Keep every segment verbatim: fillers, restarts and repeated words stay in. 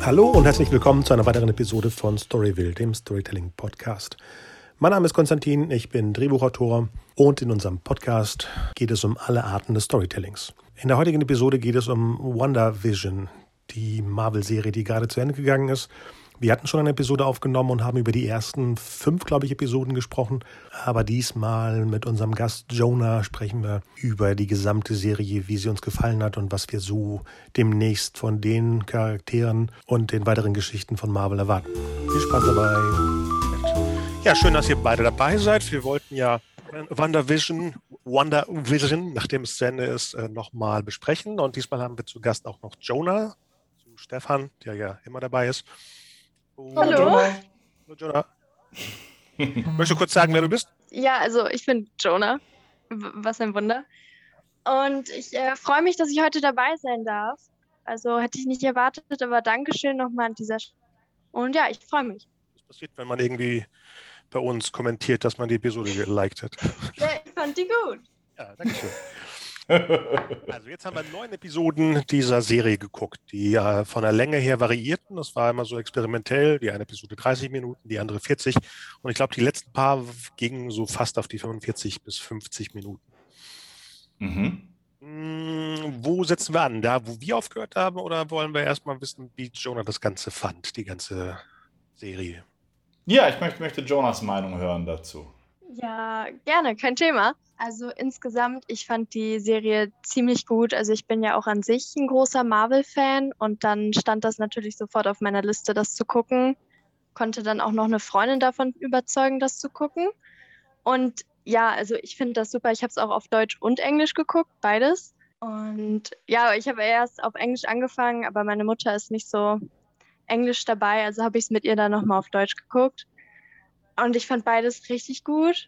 Hallo und herzlich willkommen zu einer weiteren Episode von Storyville, dem Storytelling-Podcast. Mein Name ist Konstantin, ich bin Drehbuchautor und in unserem Podcast geht es um alle Arten des Storytellings. In der heutigen Episode geht es um WandaVision, die Marvel-Serie, die gerade zu Ende gegangen ist. Wir hatten schon eine Episode aufgenommen und haben über die ersten fünf, glaube ich, Episoden gesprochen. Aber diesmal mit unserem Gast Jonah sprechen wir über die gesamte Serie, wie sie uns gefallen hat und was wir so demnächst von den Charakteren und den weiteren Geschichten von Marvel erwarten. Viel Spaß dabei. Ja, schön, dass ihr beide dabei seid. Wir wollten ja WandaVision, WandaVision, nachdem es zu Ende ist, nochmal besprechen. Und diesmal haben wir zu Gast auch noch Jonah, zu Stefan, der ja immer dabei ist. Oh, Hallo. Hallo Jonah. Möchtest du kurz sagen, wer du bist? Ja, also ich bin Jonah. W- Was ein Wunder. Und ich äh, freue mich, dass ich heute dabei sein darf. Also hätte ich nicht erwartet, aber Dankeschön nochmal an dieser Stelle. Und ja, ich freue mich. Was passiert, wenn man irgendwie bei uns kommentiert, dass man die Episode geliked hat? Ja, ich fand die gut. Ja, danke schön. Also jetzt haben wir neun Episoden dieser Serie geguckt, die äh, von der Länge her variierten. Das war immer so experimentell. Die eine Episode dreißig Minuten, die andere vierzig. Und ich glaube, die letzten paar gingen so fast auf die fünfundvierzig bis fünfzig Minuten. Mhm. Hm, wo setzen wir an? Da, wo wir aufgehört haben? Oder wollen wir erstmal wissen, wie Jonah das Ganze fand, die ganze Serie? Ja, ich möchte, möchte Jonas Meinung hören dazu. Ja, gerne, kein Thema. Also insgesamt, ich fand die Serie ziemlich gut. Also ich bin ja auch an sich ein großer Marvel-Fan und dann stand das natürlich sofort auf meiner Liste, das zu gucken. Konnte dann auch noch eine Freundin davon überzeugen, das zu gucken. Und ja, also ich finde das super. Ich habe es auch auf Deutsch und Englisch geguckt, beides. Und ja, ich habe erst auf Englisch angefangen, aber meine Mutter ist nicht so Englisch dabei, also habe ich es mit ihr dann nochmal auf Deutsch geguckt. Und ich fand beides richtig gut.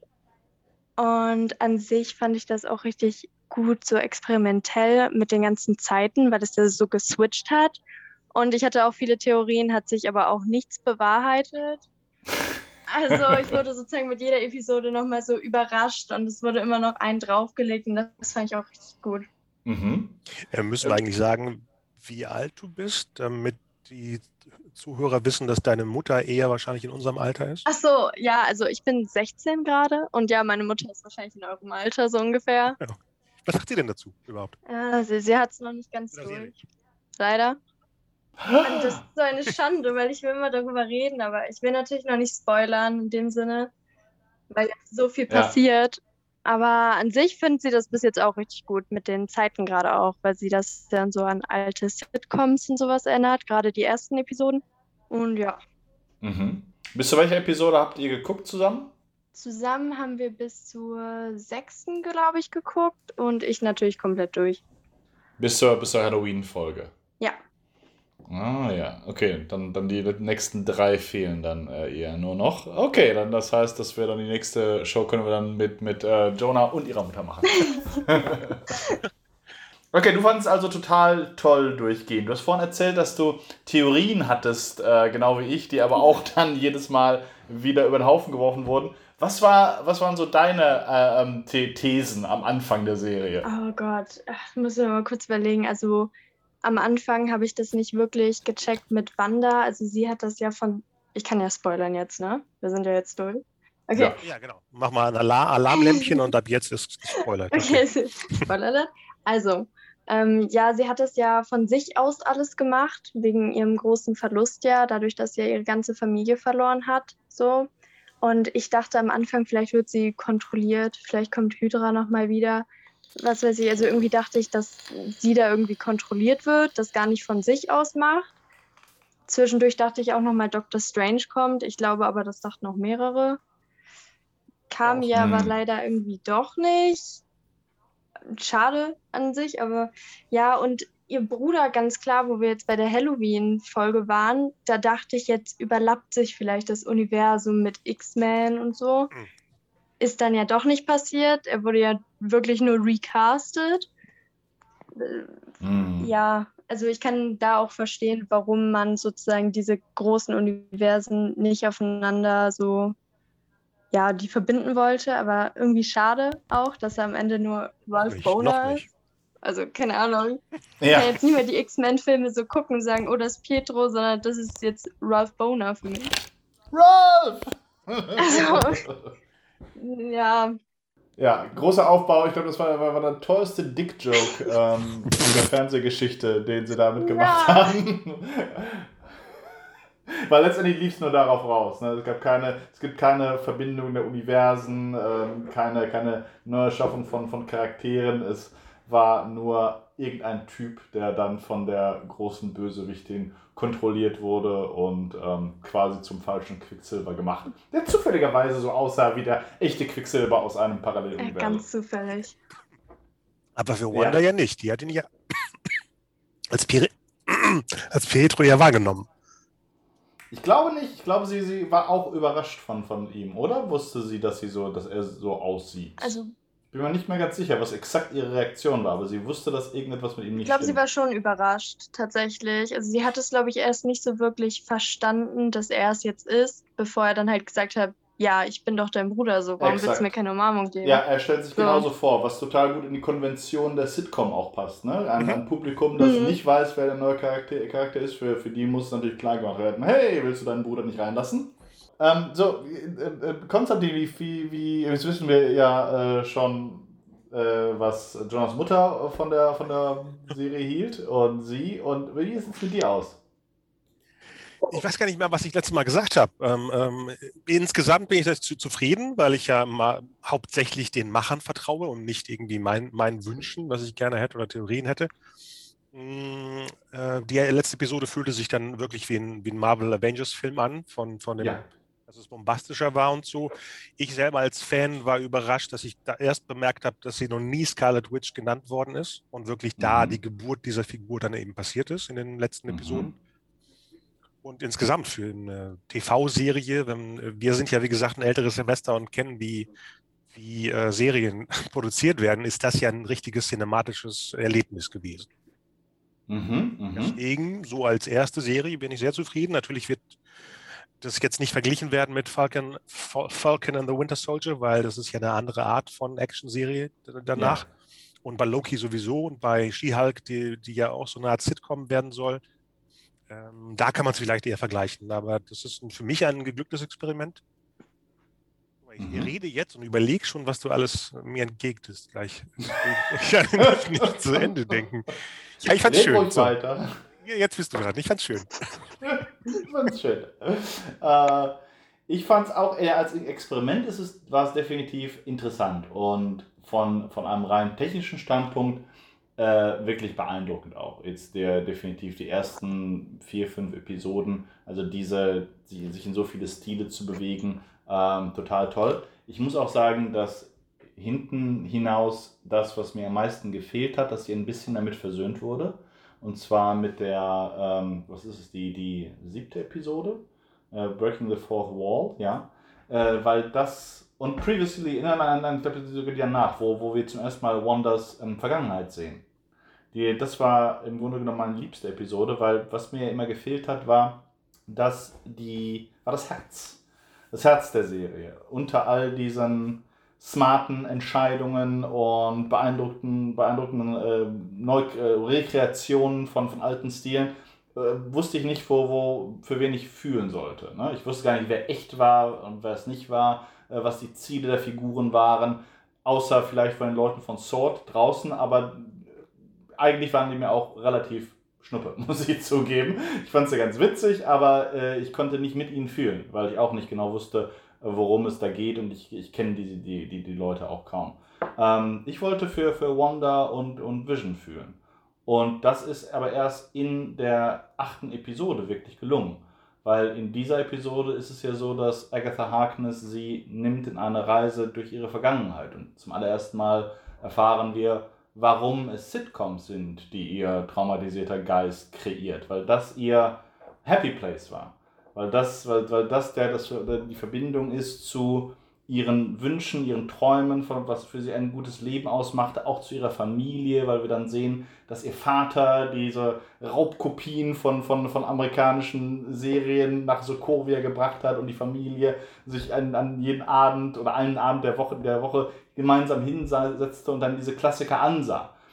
Und an sich fand ich das auch richtig gut, so experimentell mit den ganzen Zeiten, weil das ja so geswitcht hat. Und ich hatte auch viele Theorien, hat sich aber auch nichts bewahrheitet. Also ich wurde sozusagen mit jeder Episode nochmal so überrascht und es wurde immer noch ein draufgelegt und das fand ich auch richtig gut. Mhm. Äh, müssen wir eigentlich sagen, wie alt du bist, damit die Zuhörer wissen, dass deine Mutter eher wahrscheinlich in unserem Alter ist? Ach so, ja, also ich bin sechzehn gerade und ja, meine Mutter ist wahrscheinlich in eurem Alter so ungefähr. Ja. Was sagt sie denn dazu überhaupt? Ja, sie, sie hat es noch nicht ganz Oder Serie? durch. Leider. Und das ist so eine Schande, weil ich will immer darüber reden, aber ich will natürlich noch nicht spoilern in dem Sinne, weil jetzt so viel Ja. passiert. Aber an sich findet sie das bis jetzt auch richtig gut mit den Zeiten gerade auch, weil sie das dann so an alte Sitcoms und sowas erinnert, gerade die ersten Episoden. Und ja, Mhm. Bis zu welcher Episode habt ihr geguckt zusammen? zusammen haben wir bis zur sechsten, glaube ich, geguckt und ich natürlich komplett durch. Bis zur, bis zur Halloween-Folge. Ja. Ah ja, okay. Dann, dann die nächsten drei fehlen dann äh, eher nur noch. Okay, dann das heißt, dass wir dann die nächste Show können wir dann mit, mit äh, Jonah und ihrer Mutter machen. Okay, du fandest also total toll durchgehend. Du hast vorhin erzählt, dass du Theorien hattest, äh, genau wie ich, die aber auch dann jedes Mal wieder über den Haufen geworfen wurden. Was war, was waren so deine äh, ähm, The- Thesen am Anfang der Serie? Oh Gott, ach, muss ich mal kurz überlegen. Also am Anfang habe ich das nicht wirklich gecheckt mit Wanda. Also sie hat das ja von, ich kann ja spoilern jetzt, ne? Wir sind ja jetzt durch. Okay, Ja. Ja, genau. Mach mal ein Alarm Alarmlämpchen und ab jetzt ist gespoilert. okay, Spoiler. Also, ähm, ja, sie hat das ja von sich aus alles gemacht, wegen ihrem großen Verlust ja, dadurch, dass sie ja ihre ganze Familie verloren hat, so. Und ich dachte am Anfang, vielleicht wird sie kontrolliert, vielleicht kommt Hydra nochmal wieder. Was weiß ich, also irgendwie dachte ich, dass sie da irgendwie kontrolliert wird, das gar nicht von sich aus macht. Zwischendurch dachte ich auch nochmal, Doctor Strange kommt. Ich glaube aber, das dachten auch mehrere. Kam Auch. ja aber Hm. leider irgendwie doch nicht. Schade an sich, aber ja, und ihr Bruder, ganz klar, wo wir jetzt bei der Halloween-Folge waren, da dachte ich, jetzt überlappt sich vielleicht das Universum mit X-Men und so. Hm. Ist dann ja doch nicht passiert. Er wurde ja wirklich nur recastet. Äh, Hm. Ja, also ich kann da auch verstehen, warum man sozusagen diese großen Universen nicht aufeinander so, ja, die verbinden wollte, aber irgendwie schade auch, dass er am Ende nur Noch Ralph nicht, noch Bohner nicht. ist. Also, keine Ahnung. Ich Ja. kann jetzt nicht mehr die X-Men-Filme so gucken und sagen, oh, das ist Pietro, sondern das ist jetzt Ralph Boner für mich. Ralph! Also, ja. Ja, großer Aufbau. Ich glaube, das war, war, war der teuerste Dick-Joke ähm, in der Fernsehgeschichte, den sie damit gemacht Ja. haben. Weil letztendlich lief es nur darauf raus. Ne? Es gab keine, es gibt keine Verbindung der Universen, ähm, keine, keine Neuerschaffung von, von Charakteren. Es war nur irgendein Typ, der dann von der großen Bösewichtin kontrolliert wurde und ähm, quasi zum falschen Quicksilver gemacht. Der zufälligerweise so aussah wie der echte Quicksilver aus einem Äh, Paralleluniversum. ganz zufällig. Aber für Wanda Ja. ja nicht. Die hat ihn ja als, Pir als Pietro ja wahrgenommen. Ich glaube nicht. Ich glaube, sie, sie war auch überrascht von, von ihm, oder? Wusste sie, dass sie so, dass er so aussieht? Also, Bin mir nicht mehr ganz sicher, was exakt ihre Reaktion war, aber sie wusste, dass irgendetwas mit ihm ich nicht glaube, sie stimmt. war schon überrascht, tatsächlich. Also, sie hat es, glaube ich, erst nicht so wirklich verstanden, dass er es jetzt ist, bevor er dann halt gesagt hat, ja, ich bin doch dein Bruder, so, warum willst Exakt. du mir keine Umarmung geben? Ja, er stellt sich So. genauso vor, was total gut in die Konvention der Sitcom auch passt. Ne? Ein, ein Publikum, das Mhm. nicht weiß, wer der neue Charakter, Charakter ist, für, für die muss natürlich klar gemacht werden, hey, willst du deinen Bruder nicht reinlassen? Ähm, so, äh, äh, Konstantin, wie, wie, wie, jetzt wissen wir ja äh, schon, äh, was Jonas Mutter von der, von der Serie hielt und sie. Und wie sieht es mit dir aus? Ich weiß gar nicht mehr, was ich letztes Mal gesagt habe. Ähm, ähm, insgesamt bin ich jetzt zu, zufrieden, weil ich ja mal hauptsächlich den Machern vertraue und nicht irgendwie mein, meinen Wünschen, was ich gerne hätte oder Theorien hätte. Mm, äh, die letzte Episode fühlte sich dann wirklich wie ein, wie ein Marvel Avengers Film an, von, von dem, Ja. dass es bombastischer war und so. Ich selber als Fan war überrascht, dass ich da erst bemerkt habe, dass sie noch nie Scarlet Witch genannt worden ist und wirklich da Mhm. die Geburt dieser Figur dann eben passiert ist in den letzten Mhm. Episoden. Und insgesamt für eine T V-Serie, wenn, wir sind ja wie gesagt ein älteres Semester und kennen, wie, wie äh, Serien produziert werden, ist das ja ein richtiges cinematisches Erlebnis gewesen. Mhm. Mhm. Deswegen, so als erste Serie bin ich sehr zufrieden. Natürlich wird das jetzt nicht verglichen werden mit Falcon, Fal- Falcon and the Winter Soldier, weil das ist ja eine andere Art von Action-Serie d- danach. Ja. Und bei Loki sowieso und bei She-Hulk, die, die ja auch so eine Art Sitcom werden soll. Ähm, da kann man es vielleicht eher vergleichen, aber das ist ein, für mich ein geglücktes Experiment. Ich Mhm. rede jetzt und überlege schon, was du alles mir entgegtest gleich. Ich kann nicht, nicht zu Ende denken. Ja, ich fand's Red schön. ruhig So, weiter. ja, jetzt bist du dran. Ich fand's schön. Ich fand's schön. Äh, ich fand's auch eher als Experiment ist es, war es definitiv interessant und von, von einem rein technischen Standpunkt äh, wirklich beeindruckend auch. Jetzt der definitiv die ersten vier, fünf Episoden, also diese, die, sich in so viele Stile zu bewegen, ähm, total toll. Ich muss auch sagen, dass hinten hinaus das, was mir am meisten gefehlt hat, dass sie ein bisschen damit versöhnt wurde. Und zwar mit der, ähm, was ist es, die, die siebte Episode, äh, Breaking the Fourth Wall, ja, äh, weil das, und previously, nein, nein, nein, ich glaube, die geht ja nach, wo, wo wir zum ersten Mal Wandas ähm, Vergangenheit sehen. Die, das war im Grunde genommen meine liebste Episode, weil was mir immer gefehlt hat, war, dass die, war das Herz, das Herz der Serie, unter all diesen smarten Entscheidungen und beeindruckten, beeindruckenden äh, Neu äh, Rekreationen von, von alten Stilen, äh, wusste ich nicht, wo, wo, für wen ich fühlen sollte. Ne? Ich wusste gar nicht, wer echt war und wer es nicht war, äh, was die Ziele der Figuren waren, außer vielleicht von den Leuten von Sword draußen, aber eigentlich waren die mir auch relativ schnuppe, muss ich zugeben. Ich fand sie ganz witzig, aber äh, ich konnte nicht mit ihnen fühlen, weil ich auch nicht genau wusste, worum es da geht und ich, ich kenne die, die, die, die Leute auch kaum. Ähm, ich wollte für, für Wanda und, und Vision fühlen. Und das ist aber erst in der achten Episode wirklich gelungen. Weil in dieser Episode ist es ja so, dass Agatha Harkness sie nimmt in eine Reise durch ihre Vergangenheit. Und zum allerersten Mal erfahren wir, warum es Sitcoms sind, die ihr traumatisierter Geist kreiert. Weil das ihr Happy Place war. Weil das, weil, weil das, der, das die Verbindung ist zu ihren Wünschen, ihren Träumen, von was für sie ein gutes Leben ausmachte, auch zu ihrer Familie, weil wir dann sehen, dass ihr Vater diese Raubkopien von, von, von amerikanischen Serien nach Sokovia gebracht hat und die Familie sich an, an jeden Abend oder einen Abend der Woche, der Woche gemeinsam hinsetzte und dann diese Klassiker ansah.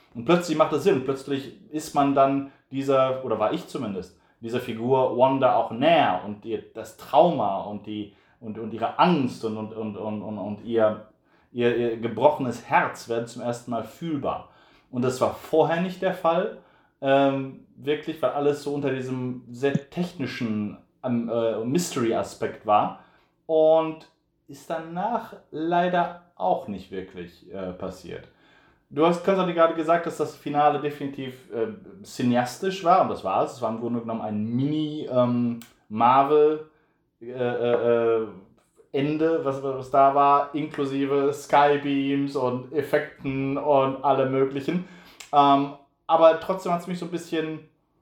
Und plötzlich macht das Sinn. Plötzlich ist man dann dieser, oder war ich zumindest, dieser Figur Wanda auch näher und ihr, das Trauma und, die, und, und ihre Angst und, und, und, und, und, und ihr, ihr, ihr gebrochenes Herz werden zum ersten Mal fühlbar. Und das war vorher nicht der Fall, ähm, wirklich, weil alles so unter diesem sehr technischen ähm, äh, Mystery-Aspekt war. Und ist danach leider auch nicht wirklich äh, passiert. Du hast Konstantin gerade gesagt, dass das Finale definitiv äh, cineastisch war, und das war es. Es war im Grunde genommen ein Mini-Marvel- ähm, äh, äh, Ende, was, was da war, inklusive Skybeams und Effekten und allem möglichen. Ähm, aber trotzdem hat es mich so ein bisschen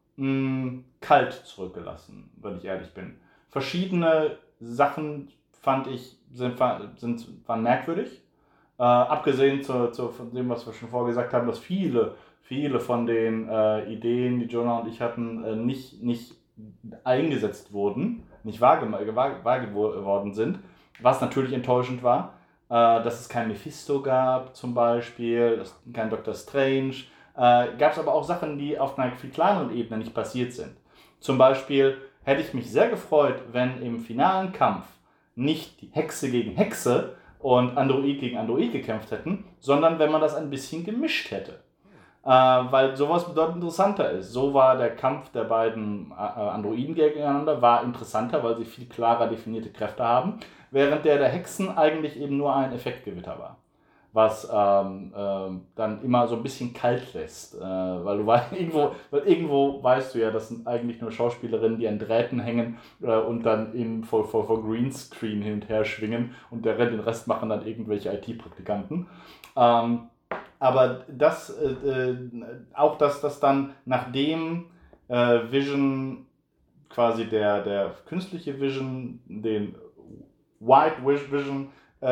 mh, kalt zurückgelassen, wenn ich ehrlich bin. Verschiedene Sachen fand ich, sind, sind, waren merkwürdig. Äh, abgesehen zu, zu von dem, was wir schon vorher gesagt haben, dass viele, viele von den äh, Ideen, die Jonah und ich hatten, äh, nicht, nicht eingesetzt wurden, nicht wahr, wahr, wahr geworden sind, was natürlich enttäuschend war, äh, dass es kein Mephisto gab zum Beispiel, dass kein Doctor Strange, äh, gab es aber auch Sachen, die auf einer viel kleineren Ebene nicht passiert sind. Zum Beispiel hätte ich mich sehr gefreut, wenn im finalen Kampf nicht die Hexe gegen Hexe und Android gegen Android gekämpft hätten, sondern wenn man das ein bisschen gemischt hätte. Äh, weil sowas bedeutend interessanter ist. So war der Kampf der beiden äh, Androiden gegeneinander, war interessanter, weil sie viel klarer definierte Kräfte haben, während der der Hexen eigentlich eben nur ein Effektgewitter war. Was ähm, ähm, dann immer so ein bisschen kalt lässt. Äh, weil, du weißt, irgendwo, weil irgendwo weißt du ja, das sind eigentlich nur Schauspielerinnen, die an Drähten hängen äh, und dann in, vor, vor, vor Greenscreen hin und her schwingen, und der, den Rest machen dann irgendwelche I T-Praktikanten. Ähm, aber das, äh, auch dass das dann, nachdem äh, Vision, quasi der, der künstliche Vision, den White Vision,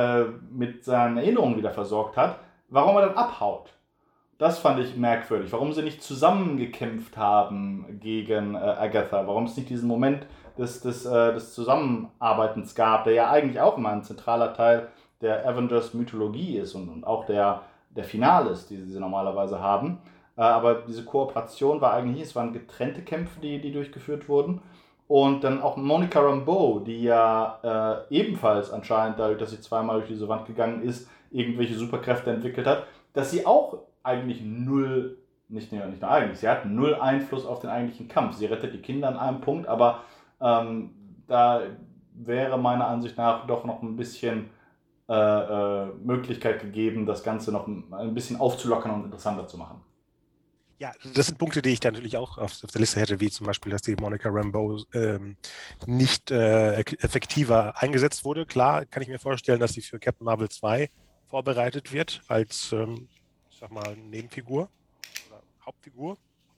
mit seinen Erinnerungen wieder versorgt hat, warum er dann abhaut. Das fand ich merkwürdig. Warum sie nicht zusammengekämpft haben gegen äh, Agatha. Warum es nicht diesen Moment des, des, äh, des Zusammenarbeitens gab, der ja eigentlich auch immer ein zentraler Teil der Avengers-Mythologie ist und, und auch der, der Finales, die sie normalerweise haben. Äh, aber diese Kooperation war eigentlich nicht, es waren getrennte Kämpfe, die, die durchgeführt wurden. Und dann auch Monica Rambeau, die ja äh, ebenfalls anscheinend, dadurch, dass sie zweimal durch diese Wand gegangen ist, irgendwelche Superkräfte entwickelt hat, dass sie auch eigentlich null, nicht, nicht nur eigentlich, sie hat null Einfluss auf den eigentlichen Kampf. Sie rettet die Kinder an einem Punkt, aber ähm, da wäre meiner Ansicht nach doch noch ein bisschen äh, äh, Möglichkeit gegeben, das Ganze noch ein bisschen aufzulockern und interessanter zu machen. Ja, das sind Punkte, die ich da natürlich auch auf der Liste hätte, wie zum Beispiel, dass die Monica Rambeau ähm, nicht äh, effektiver eingesetzt wurde. Klar kann ich mir vorstellen, dass sie für Captain Marvel zwei vorbereitet wird als, ähm, ich sag mal, Nebenfigur oder Hauptfigur.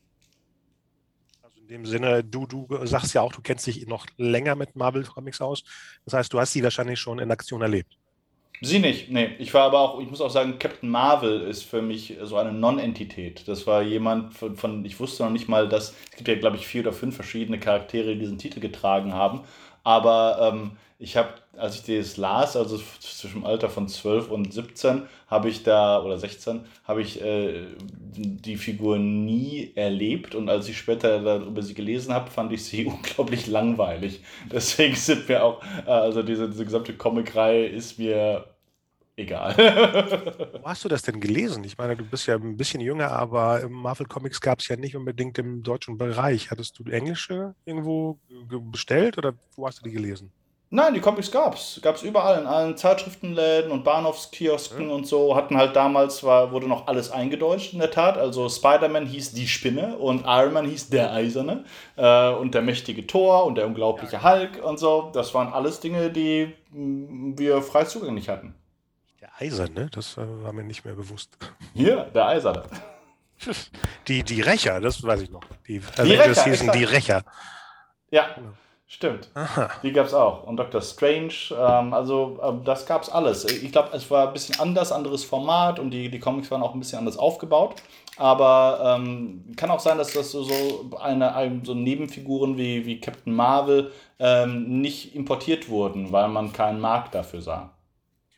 Also in dem Sinne, du, du sagst ja auch, du kennst dich noch länger mit Marvel Comics aus. Das heißt, du hast sie wahrscheinlich schon in Aktion erlebt. Sie nicht, nee. Ich war aber auch, ich muss auch sagen, Captain Marvel ist für mich so eine Non-Entität. Das war jemand, von, von ich wusste noch nicht mal, dass, es gibt ja, glaube ich, vier oder fünf verschiedene Charaktere, die diesen Titel getragen haben. Aber ähm, ich habe, als ich das las, also zwischen dem Alter von zwölf und siebzehn, habe ich da, oder sechzehn, habe ich äh, die Figur nie erlebt. Und als ich später darüber sie gelesen habe, fand ich sie unglaublich langweilig. Deswegen sind mir auch, äh, also diese, diese gesamte Comic-Reihe ist mir egal. Wo hast du das denn gelesen? Ich meine, du bist ja ein bisschen jünger, aber im Marvel Comics gab es ja nicht unbedingt im deutschen Bereich. Hattest du englische irgendwo bestellt oder wo hast du die gelesen? Nein, die Comics gab's. Gab's überall, in allen Zeitschriftenläden und Bahnhofskiosken, mhm, und so. Hatten halt damals, war, wurde noch alles eingedeutscht in der Tat. Also Spider-Man hieß die Spinne und Iron Man hieß der Eiserne. Äh, und der mächtige Thor und der unglaubliche Hulk und so. Das waren alles Dinge, die mh, wir frei zugänglich hatten. Der Eiserne, das äh, war mir nicht mehr bewusst. Hier, der Eiserne. Die, die Rächer, das weiß ich noch. Die, die Avengers hießen die Rächer. Ja. Genau. Stimmt, aha, die gab es auch. Und Doctor Strange, ähm, also ähm, das gab es alles. Ich glaube, es war ein bisschen anders, anderes Format und die, die Comics waren auch ein bisschen anders aufgebaut. Aber ähm, kann auch sein, dass das so, so, eine, ein, so Nebenfiguren wie, wie Captain Marvel ähm, nicht importiert wurden, weil man keinen Markt dafür sah.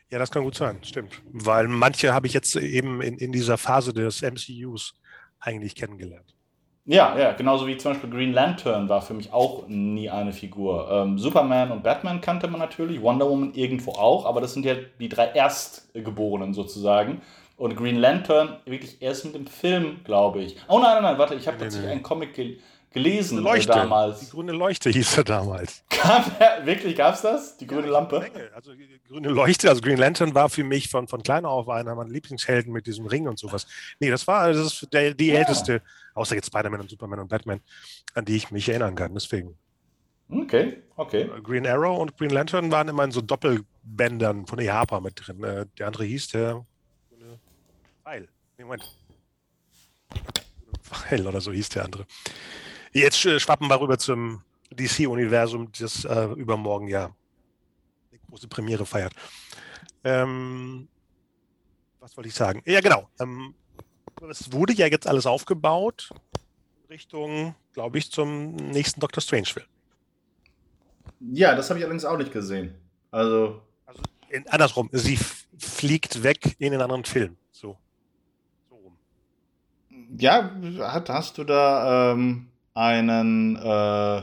Ja, das kann gut sein, stimmt. Weil manche habe ich jetzt eben in, in dieser Phase des M C Us eigentlich kennengelernt. Ja, ja, genauso wie zum Beispiel Green Lantern war für mich auch nie eine Figur. Ähm, Superman und Batman kannte man natürlich, Wonder Woman irgendwo auch, aber das sind ja die drei Erstgeborenen sozusagen. Und Green Lantern wirklich erst mit dem Film, glaube ich. Oh nein, nein, nein, warte, ich habe Nee, nee, tatsächlich nee. einen Comic gel Grüne gelesen äh, Leuchte. Die damals. grüne Leuchte hieß er damals. Kam der, wirklich, gab's das? Die Ja, grüne ich habe Lampe? eine Menge. Also die grüne Leuchte, also Green Lantern war für mich von, von klein auf einer meiner Lieblingshelden mit diesem Ring und sowas. Nee, das war das ist der, die Ah, älteste, außer jetzt Spider-Man und Superman und Batman, an die ich mich erinnern kann. Deswegen. okay, okay. Äh, Green Arrow und Green Lantern waren immer in so Doppelbändern von E. Harper mit drin. Äh, Der andere hieß der grüne Pfeil. Nee, Moment. Pfeil oder so hieß der andere. Jetzt äh, schwappen wir rüber zum D C-Universum, das äh, übermorgen ja eine große Premiere feiert. Ähm, was wollte ich sagen? Ja, genau. Ähm, es wurde ja jetzt alles aufgebaut Richtung, glaube ich, zum nächsten Doctor Strange-Film. Ja, das habe ich allerdings auch nicht gesehen. Also, Also in, andersrum, sie f- fliegt weg in einen anderen Film. So, so rum. ja, hat, hast du da ähm, einen, äh,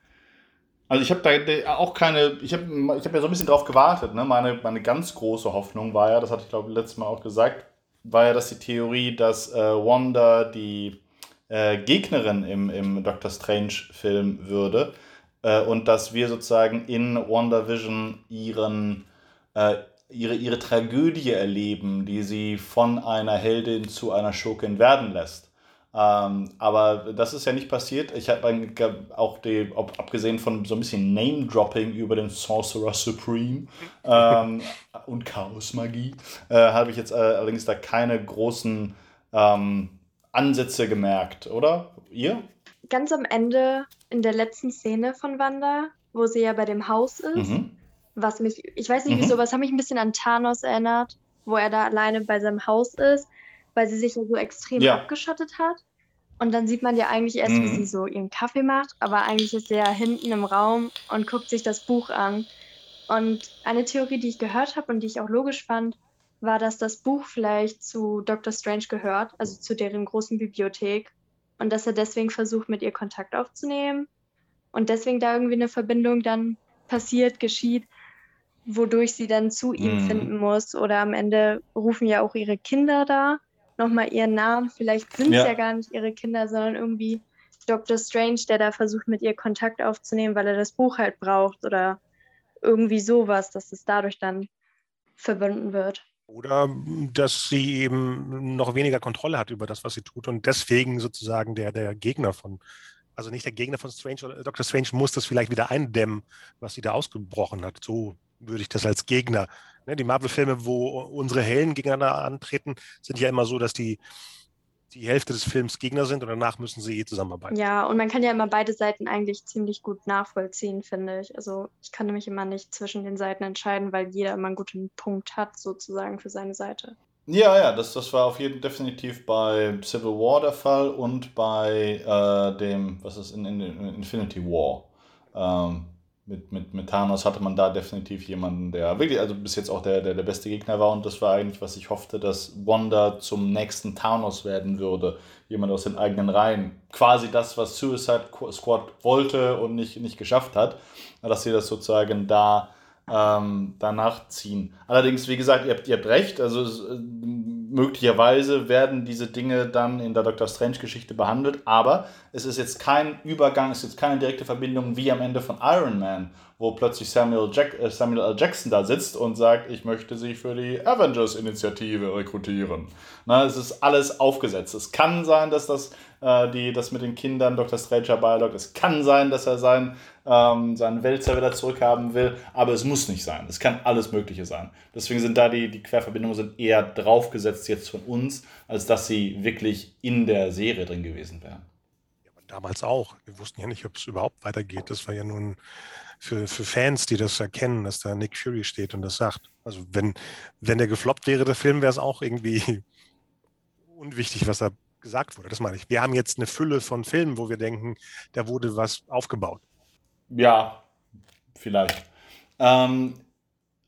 also ich habe da de- auch keine, ich habe ich hab ja so ein bisschen drauf gewartet, ne? Meine, meine ganz große Hoffnung war ja, das hatte ich glaube letztes Mal auch gesagt, war ja, dass die Theorie, dass äh, Wanda die äh, Gegnerin im, im Doctor Strange-Film würde äh, und dass wir sozusagen in WandaVision ihren, äh, ihre, ihre Tragödie erleben, die sie von einer Heldin zu einer Schurkin werden lässt. Ähm, aber das ist ja nicht passiert. Ich habe auch die, ob, abgesehen von so ein bisschen Name-Dropping über den Sorcerer Supreme ähm, und Chaos-Magie, äh, habe ich jetzt äh, allerdings da keine großen ähm, Ansätze gemerkt, oder? Ihr? Ganz am Ende in der letzten Szene von Wanda, wo sie ja bei dem Haus ist, Mhm. was mich, ich weiß nicht wieso, Mhm. aber es hat mich ein bisschen an Thanos erinnert, wo er da alleine bei seinem Haus ist, weil sie sich ja so extrem Ja. abgeschottet hat. Und dann sieht man ja eigentlich erst, wie sie Mhm. so ihren Kaffee macht, aber eigentlich ist sie ja hinten im Raum und guckt sich das Buch an. Und eine Theorie, die ich gehört habe und die ich auch logisch fand, war, dass das Buch vielleicht zu Doctor Strange gehört, also zu deren großen Bibliothek. Und dass er deswegen versucht, mit ihr Kontakt aufzunehmen. Und deswegen da irgendwie eine Verbindung dann passiert, geschieht, wodurch sie dann zu ihm Mhm. finden muss. Oder am Ende rufen ja auch ihre Kinder da nochmal ihren Namen. Vielleicht sind es ja Ja. gar nicht ihre Kinder, sondern irgendwie Doctor Strange, der da versucht, mit ihr Kontakt aufzunehmen, weil er das Buch halt braucht. Oder irgendwie sowas, dass es dadurch dann verbunden wird. Oder dass sie eben noch weniger Kontrolle hat über das, was sie tut und deswegen sozusagen der, der Gegner von, also nicht der Gegner von Strange, oder Doctor Strange muss das vielleicht wieder eindämmen, was sie da ausgebrochen hat. So würde ich das als Gegner. Ne, die Marvel-Filme, wo unsere Helden gegeneinander antreten, sind ja immer so, dass die, die Hälfte des Films Gegner sind und danach müssen sie eh zusammenarbeiten. Ja, und man kann ja immer beide Seiten eigentlich ziemlich gut nachvollziehen, finde ich. Also ich kann nämlich immer nicht zwischen den Seiten entscheiden, weil jeder immer einen guten Punkt hat, sozusagen für seine Seite. Ja, ja, das, das war auf jeden Fall definitiv bei Civil War der Fall und bei äh, dem, was ist in, in, in Infinity War. Ähm, mit, mit, mit Thanos hatte man da definitiv jemanden, der wirklich, also bis jetzt auch der, der, der beste Gegner war und das war eigentlich, was ich hoffte, dass Wanda zum nächsten Thanos werden würde. Jemand aus den eigenen Reihen. Quasi das, was Suicide Squad wollte und nicht, nicht geschafft hat, dass sie das sozusagen da ähm, danach ziehen. Allerdings, wie gesagt, ihr habt, ihr habt recht, also es, äh, möglicherweise werden diese Dinge dann in der Doctor Strange-Geschichte behandelt, aber es ist jetzt kein Übergang, es ist jetzt keine direkte Verbindung wie am Ende von Iron Man, wo plötzlich Samuel, Jack, äh, Samuel L. Jackson da sitzt und sagt, ich möchte sie für die Avengers-Initiative rekrutieren. Na, es ist alles aufgesetzt. Es kann sein, dass das, äh, die, das mit den Kindern Doctor Strange herbeilockt. Es kann sein, dass er sein, ähm, seinen Wälzer wieder zurückhaben will, aber es muss nicht sein. Es kann alles Mögliche sein. Deswegen sind da die, die Querverbindungen sind eher draufgesetzt jetzt von uns, als dass sie wirklich in der Serie drin gewesen wären. Ja, aber damals auch. Wir wussten ja nicht, ob es überhaupt weitergeht. Das war ja nun für, für Fans, die das erkennen, dass da Nick Fury steht und das sagt. Also wenn, wenn der gefloppt wäre, der Film, wäre es auch irgendwie unwichtig, was da gesagt wurde. Das meine ich. Wir haben jetzt eine Fülle von Filmen, wo wir denken, da wurde was aufgebaut. Ja, vielleicht. Ähm,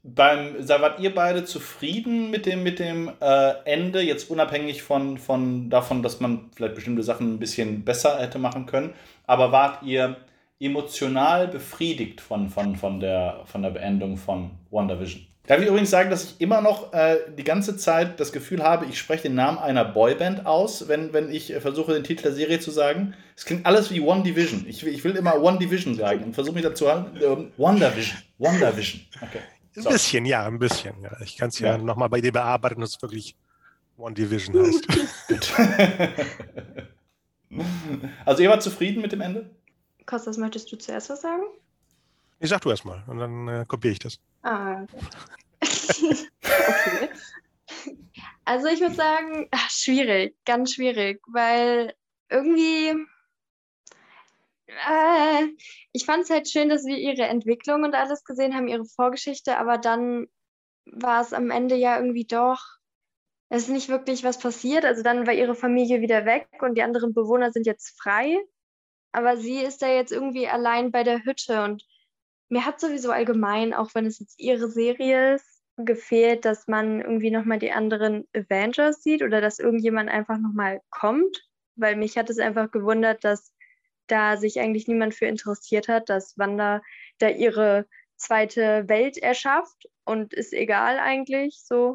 beim, wart ihr beide zufrieden mit dem, mit dem äh, Ende, jetzt unabhängig von, von davon, dass man vielleicht bestimmte Sachen ein bisschen besser hätte machen können, aber wart ihr emotional befriedigt von, von, von, der, von der Beendung von WandaVision? Darf ich übrigens sagen, dass ich immer noch äh, die ganze Zeit das Gefühl habe, ich spreche den Namen einer Boyband aus, wenn, wenn ich äh, versuche, den Titel der Serie zu sagen. Es klingt alles wie One Division. Ich, ich will immer One Division sagen und versuche mich dazu halten. Äh, WandaVision. WandaVision. Okay. Ein bisschen, ja, ein bisschen. Ja. Ich kann es ja, ja. nochmal bei dir bearbeiten, dass es wirklich One Division heißt. Also ihr wart zufrieden mit dem Ende? Kostas, möchtest du zuerst was sagen? Ich sag du erst mal und dann äh, kopiere ich das. Ah, okay. Also ich würde sagen, ach, schwierig, ganz schwierig, weil irgendwie, äh, ich fand es halt schön, dass wir ihre Entwicklung und alles gesehen haben, ihre Vorgeschichte, aber dann war es am Ende ja irgendwie doch, es ist nicht wirklich was passiert, also dann war ihre Familie wieder weg und die anderen Bewohner sind jetzt frei, aber sie ist da jetzt irgendwie allein bei der Hütte und mir hat sowieso allgemein, auch wenn es jetzt ihre Serie ist, gefehlt, dass man irgendwie nochmal die anderen Avengers sieht oder dass irgendjemand einfach nochmal kommt, weil mich hat es einfach gewundert, dass da sich eigentlich niemand für interessiert hat, dass Wanda da ihre zweite Welt erschafft und ist egal eigentlich so.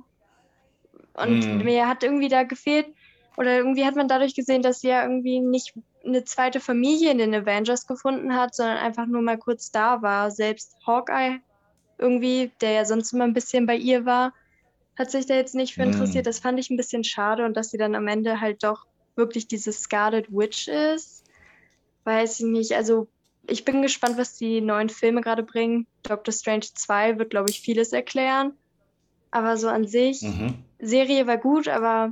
Und mm. mir hat irgendwie da gefehlt, oder irgendwie hat man dadurch gesehen, dass sie ja irgendwie nicht eine zweite Familie in den Avengers gefunden hat, sondern einfach nur mal kurz da war. Selbst Hawkeye irgendwie, der ja sonst immer ein bisschen bei ihr war, hat sich da jetzt nicht für interessiert. Mm. Das fand ich ein bisschen schade und dass sie dann am Ende halt doch wirklich diese Scarlet Witch ist. Weiß ich nicht, also ich bin gespannt, was die neuen Filme gerade bringen. Doctor Strange zwei wird, glaube ich, vieles erklären. Aber so an sich, mhm. Serie war gut, aber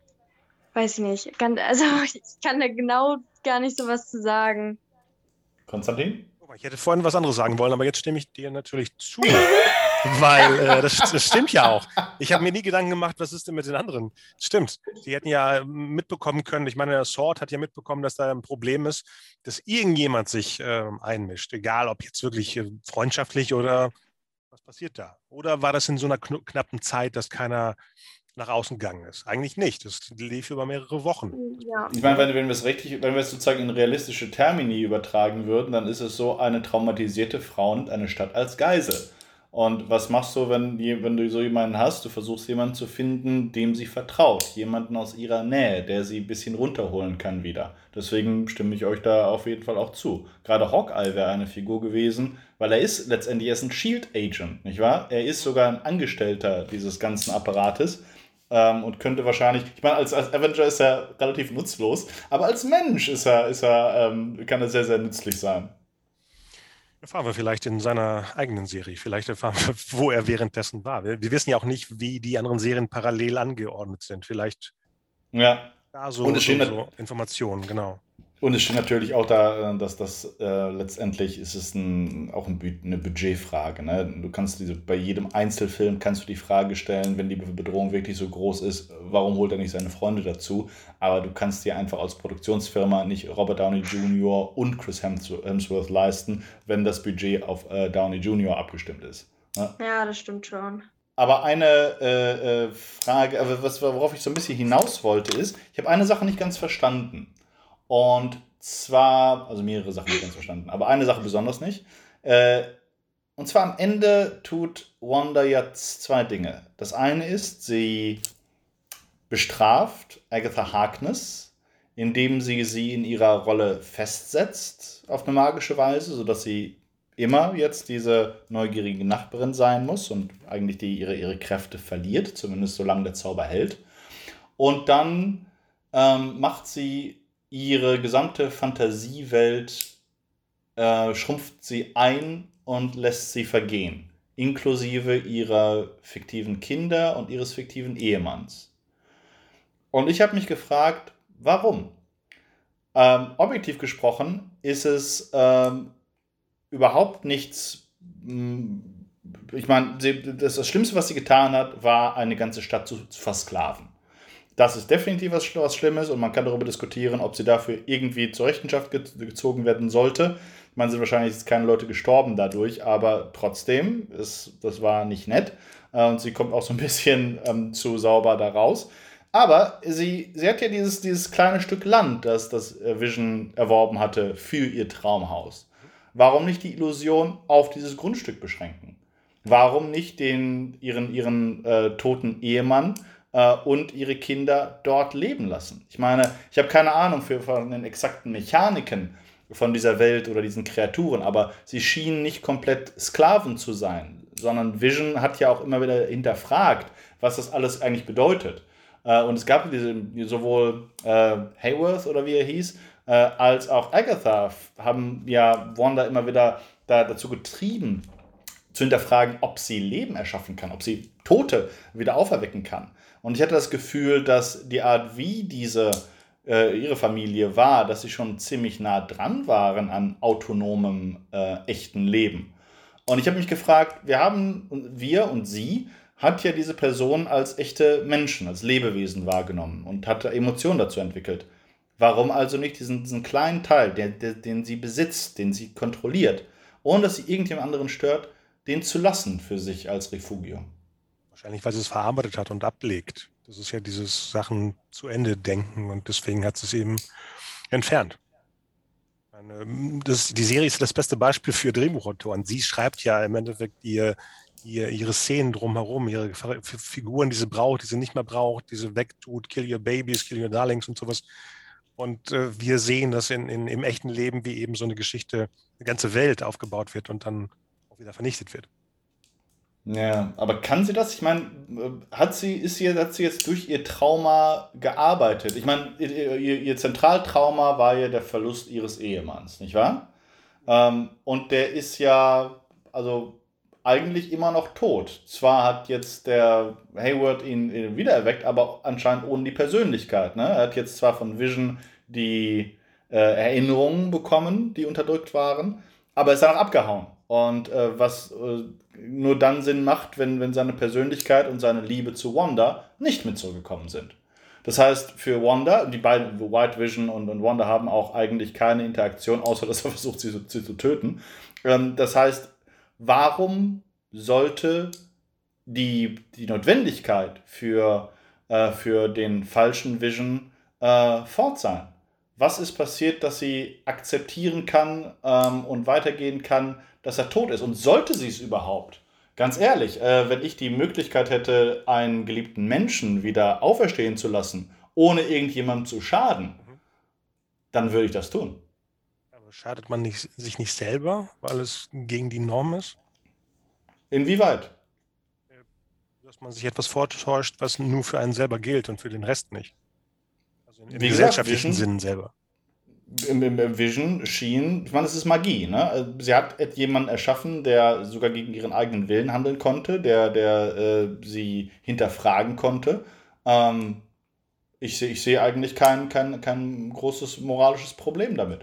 weiß ich nicht. Kann, also ich kann da genau gar nicht so was zu sagen. Konstantin? Ich hätte vorhin was anderes sagen wollen, aber jetzt stimme ich dir natürlich zu. Weil äh, das, das stimmt ja auch. Ich habe mir nie Gedanken gemacht, was ist denn mit den anderen? Stimmt. Die hätten ja mitbekommen können, ich meine, der Sword hat ja mitbekommen, dass da ein Problem ist, dass irgendjemand sich äh, einmischt. Egal, ob jetzt wirklich äh, freundschaftlich oder was passiert da? Oder war das in so einer kn- knappen Zeit, dass keiner nach außen gegangen ist? Eigentlich nicht. Das lief über mehrere Wochen. Ja. Ich meine, wenn, wenn wir es richtig, wenn wir es sozusagen in realistische Termini übertragen würden, dann ist es so, eine traumatisierte Frau nimmt eine Stadt als Geisel. Und was machst du, wenn, wenn du so jemanden hast? Du versuchst jemanden zu finden, dem sie vertraut. Jemanden aus ihrer Nähe, der sie ein bisschen runterholen kann wieder. Deswegen stimme ich euch da auf jeden Fall auch zu. Gerade Hawkeye wäre eine Figur gewesen, weil er ist letztendlich er ist ein Shield-Agent, nicht wahr? Er ist sogar ein Angestellter dieses ganzen Apparates. Ähm, und könnte wahrscheinlich, ich meine, als, als Avenger ist er relativ nutzlos, aber als Mensch ist er, ist er, ähm, kann er sehr, sehr nützlich sein. Erfahren wir vielleicht in seiner eigenen Serie. Vielleicht erfahren wir, wo er währenddessen war. Wir, wir wissen ja auch nicht, wie die anderen Serien parallel angeordnet sind. Vielleicht ja. da so, und es so, so Informationen, genau. Und es steht natürlich auch da, dass das äh, letztendlich ist es ein, auch ein, eine Budgetfrage. Ne? Du kannst diese, bei jedem Einzelfilm kannst du die Frage stellen, wenn die Bedrohung wirklich so groß ist, warum holt er nicht seine Freunde dazu? Aber du kannst dir einfach als Produktionsfirma nicht Robert Downey Junior und Chris Hemsworth leisten, wenn das Budget auf äh, Downey Junior abgestimmt ist. Ne? Ja, das stimmt schon. Aber eine äh, äh, Frage, was, worauf ich so ein bisschen hinaus wollte, ist, ich habe eine Sache nicht ganz verstanden. Und zwar, also mehrere Sachen nicht ganz verstanden, aber eine Sache besonders nicht. Äh, und zwar am Ende tut Wanda jetzt zwei Dinge. Das eine ist, sie bestraft Agatha Harkness, indem sie sie in ihrer Rolle festsetzt auf eine magische Weise, sodass sie immer jetzt diese neugierige Nachbarin sein muss und eigentlich die, ihre, ihre Kräfte verliert, zumindest solange der Zauber hält. Und dann ähm, macht sie ihre gesamte Fantasiewelt, äh, schrumpft sie ein und lässt sie vergehen, inklusive ihrer fiktiven Kinder und ihres fiktiven Ehemanns. Und ich habe mich gefragt, warum? Ähm, objektiv gesprochen ist es ähm, überhaupt nichts, mh, ich meine, das, das Schlimmste, was sie getan hat, war, eine ganze Stadt zu, zu versklaven. Das ist definitiv was, was Schlimmes und man kann darüber diskutieren, ob sie dafür irgendwie zur Rechenschaft ge- gezogen werden sollte. Man sind wahrscheinlich jetzt keine Leute gestorben dadurch, aber trotzdem, ist, das war nicht nett. Äh, und sie kommt auch so ein bisschen ähm, zu sauber da raus. Aber sie, sie hat ja dieses, dieses kleine Stück Land, das das Vision erworben hatte für ihr Traumhaus. Warum nicht die Illusion auf dieses Grundstück beschränken? Warum nicht den, ihren, ihren äh, toten Ehemann äh, und ihre Kinder dort leben lassen? Ich meine, ich habe keine Ahnung für, von den exakten Mechaniken von dieser Welt oder diesen Kreaturen, aber sie schienen nicht komplett Sklaven zu sein, sondern Vision hat ja auch immer wieder hinterfragt, was das alles eigentlich bedeutet. Äh, und es gab diese, sowohl äh, Hayworth oder wie er hieß, äh, als auch Agatha haben ja Wanda immer wieder da, dazu getrieben, zu hinterfragen, ob sie Leben erschaffen kann, ob sie Tote wieder auferwecken kann. Und ich hatte das Gefühl, dass die Art, wie diese äh, ihre Familie war, dass sie schon ziemlich nah dran waren an autonomem, äh, echten Leben. Und ich habe mich gefragt, wir haben, wir und sie, hat ja diese Person als echte Menschen, als Lebewesen wahrgenommen und hat Emotionen dazu entwickelt. Warum also nicht diesen, diesen kleinen Teil, der, der, den sie besitzt, den sie kontrolliert, ohne dass sie irgendjemand anderen stört, den zu lassen für sich als Refugium? Wahrscheinlich, weil sie es verarbeitet hat und ablegt. Das ist ja dieses Sachen zu Ende denken und deswegen hat sie es eben entfernt. Eine, das, die Serie ist das beste Beispiel für Drehbuchautoren. Sie schreibt ja im Endeffekt ihr, ihr, ihre Szenen drumherum, ihre Figuren, die sie braucht, die sie nicht mehr braucht, die sie wegtut, kill your babies, kill your darlings und sowas. Und äh, wir sehen, dass in, in, im echten Leben wie eben so eine Geschichte, eine ganze Welt aufgebaut wird und dann auch wieder vernichtet wird. Ja, aber kann sie das? Ich meine, hat sie, ist sie, hat sie jetzt durch ihr Trauma gearbeitet? Ich meine, ihr, ihr, ihr Zentraltrauma war ja der Verlust ihres Ehemanns, nicht wahr? Ähm, und der ist ja, also eigentlich immer noch tot. Zwar hat jetzt der Hayward ihn, ihn wiedererweckt, aber anscheinend ohne die Persönlichkeit. Ne? Er hat jetzt zwar von Vision die äh, Erinnerungen bekommen, die unterdrückt waren, aber ist dann auch abgehauen. Und äh, was äh, nur dann Sinn macht, wenn, wenn seine Persönlichkeit und seine Liebe zu Wanda nicht mit zurückgekommen sind. Das heißt, für Wanda, die beiden, White Vision und, und Wanda haben auch eigentlich keine Interaktion, außer dass er versucht, sie, sie zu töten. Ähm, das heißt, warum sollte die, die Notwendigkeit für, äh, für den falschen Vision äh, fort sein? Was ist passiert, dass sie akzeptieren kann ähm, und weitergehen kann, dass er tot ist? Und sollte sie es überhaupt? Ganz ehrlich, äh, wenn ich die Möglichkeit hätte, einen geliebten Menschen wieder auferstehen zu lassen, ohne irgendjemandem zu schaden, dann würde ich das tun. Aber schadet man nicht, sich nicht selber, weil es gegen die Norm ist? Inwieweit? Dass man sich etwas vortäuscht, was nur für einen selber gilt und für den Rest nicht. Also im Wie gesellschaftlichen gesagt, Sinn selber. Im, im Vision schien, ich meine, es ist Magie, ne? Sie hat jemanden erschaffen, der sogar gegen ihren eigenen Willen handeln konnte, der, der äh, sie hinterfragen konnte. Ähm, ich sehe ich seh eigentlich kein, kein, kein großes moralisches Problem damit.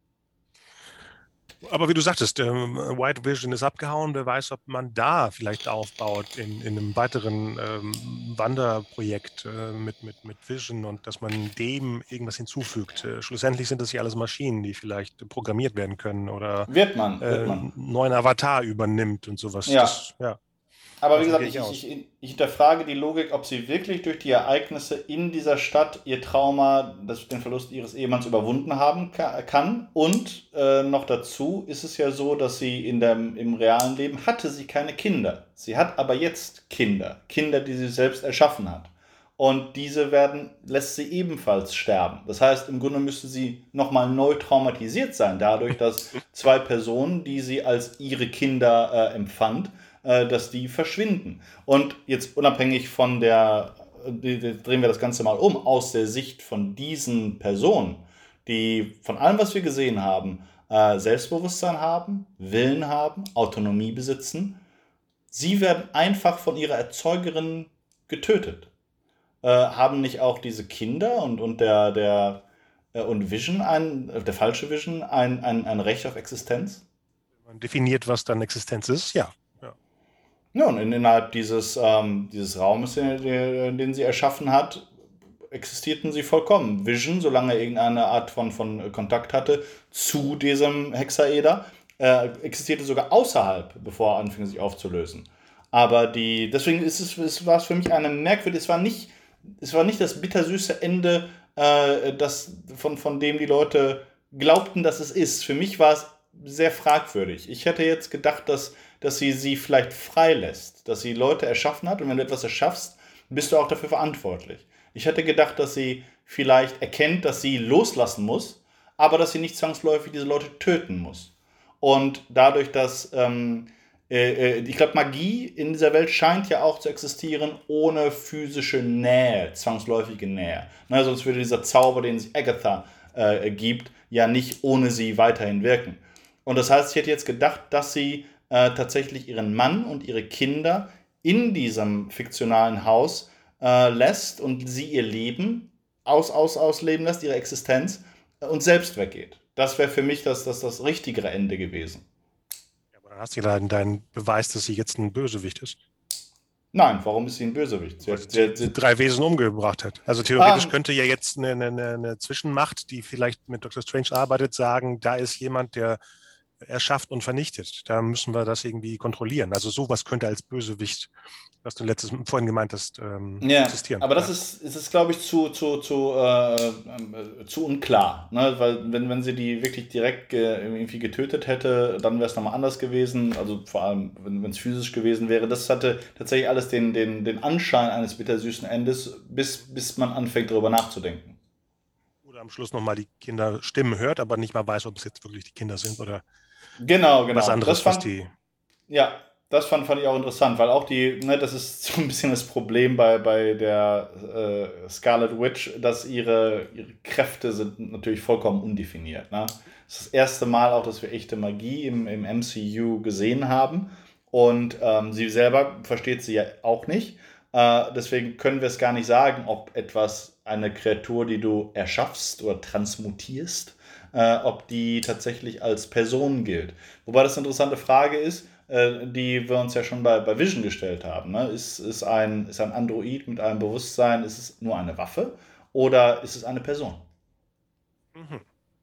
Aber wie du sagtest, ähm, White Vision ist abgehauen. Wer weiß, ob man da vielleicht aufbaut in, in einem weiteren ähm, Wanderprojekt äh, mit, mit, mit Vision und dass man dem irgendwas hinzufügt. Äh, schlussendlich sind das ja alles Maschinen, die vielleicht programmiert werden können oder Wird man, äh, wird man. einen neuen Avatar übernimmt und sowas. Ja. Das, ja. Aber wie Davon gesagt, gehe ich, ich aus. ich, ich hinterfrage die Logik, ob sie wirklich durch die Ereignisse in dieser Stadt ihr Trauma, das, den Verlust ihres Ehemanns überwunden haben ka- kann. Und äh, noch dazu ist es ja so, dass sie in dem, im realen Leben hatte sie keine Kinder. Sie hat aber jetzt Kinder. Kinder, die sie selbst erschaffen hat. Und diese werden, lässt sie ebenfalls sterben. Das heißt, im Grunde müsste sie nochmal neu traumatisiert sein, dadurch, dass zwei Personen, die sie als ihre Kinder äh, empfand, dass die verschwinden. Und jetzt unabhängig von der, drehen wir das Ganze mal um, aus der Sicht von diesen Personen, die von allem, was wir gesehen haben, Selbstbewusstsein haben, Willen haben, Autonomie besitzen, sie werden einfach von ihrer Erzeugerin getötet. Haben nicht auch diese Kinder und, und der, der und Vision, ein, der falsche Vision, ein, ein, ein Recht auf Existenz? Man definiert, was dann Existenz ist, ja. Ja, und innerhalb dieses, ähm, dieses Raumes, den, den sie erschaffen hat, existierten sie vollkommen. Vision, solange er irgendeine Art von, von Kontakt hatte zu diesem Hexaeder, äh, existierte sogar außerhalb, bevor er anfing, sich aufzulösen. Aber die, deswegen ist es, es war es für mich eine merkwürdige, es war nicht, es war nicht das bittersüße Ende, äh, das, von, von dem die Leute glaubten, dass es ist. Für mich war es sehr fragwürdig. Ich hätte jetzt gedacht, dass, dass sie sie vielleicht freilässt, dass sie Leute erschaffen hat und wenn du etwas erschaffst, bist du auch dafür verantwortlich. Ich hätte gedacht, dass sie vielleicht erkennt, dass sie loslassen muss, aber dass sie nicht zwangsläufig diese Leute töten muss. Und dadurch, dass, ähm, äh, ich glaube, Magie in dieser Welt scheint ja auch zu existieren ohne physische Nähe, zwangsläufige Nähe. Na, sonst würde dieser Zauber, den sich Agatha äh, gibt, ja nicht ohne sie weiterhin wirken. Und das heißt, ich hätte jetzt gedacht, dass sie äh, tatsächlich ihren Mann und ihre Kinder in diesem fiktionalen Haus äh, lässt und sie ihr Leben aus, aus, ausleben lässt, ihre Existenz äh, und selbst weggeht. Das wäre für mich das, das, das richtigere Ende gewesen. Ja, aber dann hast du ja deinen Beweis, dass sie jetzt ein Bösewicht ist. Nein, warum ist sie ein Bösewicht? Sie, hat, sie, sie drei Wesen umgebracht hat. Also theoretisch ah, könnte ja jetzt eine, eine, eine Zwischenmacht, die vielleicht mit Doktor Strange arbeitet, sagen, da ist jemand, der erschafft und vernichtet. Da müssen wir das irgendwie kontrollieren. Also sowas könnte als Bösewicht, was du letztes vorhin gemeint hast, ähm, ja, existieren. Aber das ja. ist, ist, ist glaube ich, zu, zu, zu, äh, äh, zu unklar. Ne? Weil wenn, wenn sie die wirklich direkt ge, irgendwie getötet hätte, dann wäre es nochmal anders gewesen. Also vor allem, wenn es physisch gewesen wäre. Das hatte tatsächlich alles den, den, den Anschein eines bittersüßen Endes, bis, bis man anfängt, darüber nachzudenken. Oder am Schluss nochmal die Kinderstimmen hört, aber nicht mal weiß, ob es jetzt wirklich die Kinder sind oder Genau, genau. Was anderes, das fand, was die. Ja, das fand, fand ich auch interessant, weil auch die, ne, das ist so ein bisschen das Problem bei, bei der äh, Scarlet Witch, dass ihre, ihre Kräfte sind natürlich vollkommen undefiniert. Ne? Das ist das erste Mal auch, dass wir echte Magie im, im M C U gesehen haben. Und ähm, sie selber versteht sie ja auch nicht. Äh, deswegen können wir es gar nicht sagen, ob etwas, eine Kreatur, die du erschaffst oder transmutierst, Äh, ob die tatsächlich als Person gilt. Wobei das eine interessante Frage ist, äh, die wir uns ja schon bei, bei Vision gestellt haben. Ne? Ist, ist, ein, ist ein Android mit einem Bewusstsein, ist es nur eine Waffe oder ist es eine Person? Mhm.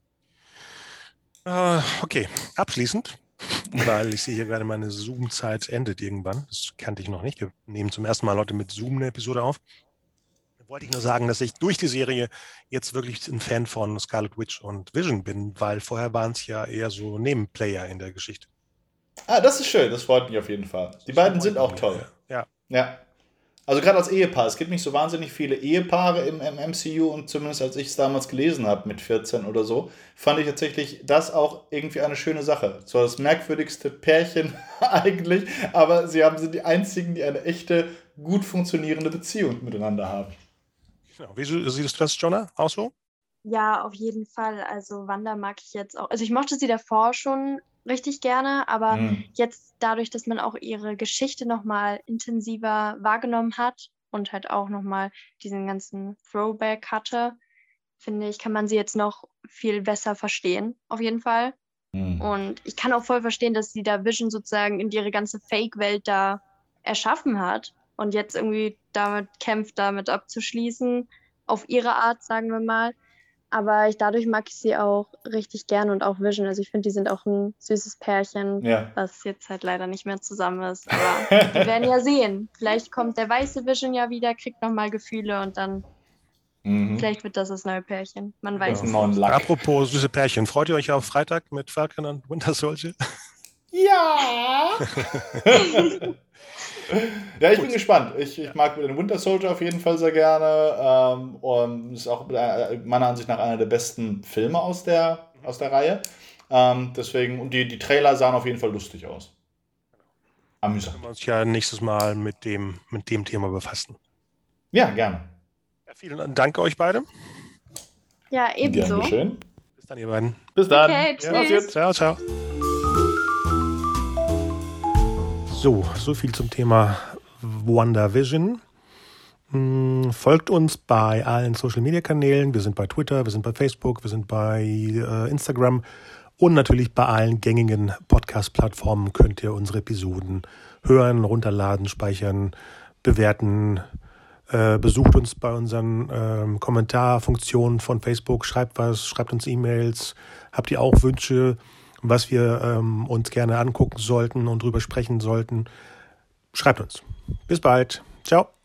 Uh, okay, abschließend, weil ich sehe hier gerade, meine Zoom-Zeit endet irgendwann. Das kannte ich noch nicht. Wir nehmen zum ersten Mal heute mit Zoom eine Episode auf. Wollte ich nur sagen, dass ich durch die Serie jetzt wirklich ein Fan von Scarlet Witch und Vision bin, weil vorher waren es ja eher so Nebenplayer in der Geschichte. Ah, das ist schön, das freut mich auf jeden Fall. Die beiden sind auch toll. Ja. Ja. Also gerade als Ehepaar. Es gibt nicht so wahnsinnig viele Ehepaare im, im M C U und zumindest als ich es damals gelesen habe mit vierzehn oder so, fand ich tatsächlich das auch irgendwie eine schöne Sache. Zwar das merkwürdigste Pärchen eigentlich, aber sie haben, sind die einzigen, die eine echte, gut funktionierende Beziehung miteinander haben. Genau. Wie siehst du das, Jonna, auch so? Ja, auf jeden Fall. Also Wanda mag ich jetzt auch. Also ich mochte sie davor schon richtig gerne, aber mhm. jetzt dadurch, dass man auch ihre Geschichte nochmal intensiver wahrgenommen hat und halt auch nochmal diesen ganzen Throwback hatte, finde ich, kann man sie jetzt noch viel besser verstehen, auf jeden Fall. Mhm. Und ich kann auch voll verstehen, dass sie da Vision sozusagen in ihre ganze Fake-Welt da erschaffen hat und jetzt irgendwie damit kämpft, damit abzuschließen, auf ihre Art, sagen wir mal. Aber ich, dadurch mag ich sie auch richtig gern und auch Vision. Also ich finde, die sind auch ein süßes Pärchen, ja. was jetzt halt leider nicht mehr zusammen ist. Aber wir werden ja sehen. Vielleicht kommt der weiße Vision ja wieder, kriegt nochmal Gefühle und dann mhm. vielleicht wird das das neue Pärchen. Man weiß ja. es nicht. Apropos süße Pärchen, freut ihr euch auf Freitag mit Falcon und Winter Soldier? Ja! Ja, ich Gut. bin gespannt. Ich, ich mag den Winter Soldier auf jeden Fall sehr gerne. Ähm, und ist auch meiner Ansicht nach einer der besten Filme aus der, aus der Reihe. Ähm, deswegen, und die, die Trailer sahen auf jeden Fall lustig aus. Amüsant. Können wir uns ja nächstes Mal mit dem, mit dem Thema befassen. Ja, gerne. Ja, vielen Dank euch beide. Ja, ebenso. Dankeschön. Bis dann, ihr beiden. Bis dann. Okay, tschüss. Ja, ciao, ciao. So, so viel zum Thema WandaVision. Folgt uns bei allen Social-Media-Kanälen. Wir sind bei Twitter, wir sind bei Facebook, wir sind bei äh, Instagram und natürlich bei allen gängigen Podcast-Plattformen könnt ihr unsere Episoden hören, runterladen, speichern, bewerten, Äh, besucht uns bei unseren ähm, Kommentarfunktionen von Facebook, schreibt was, schreibt uns E-Mails. Habt ihr auch Wünsche, was wir ähm, uns gerne angucken sollten und drüber sprechen sollten? Schreibt uns. Bis bald. Ciao.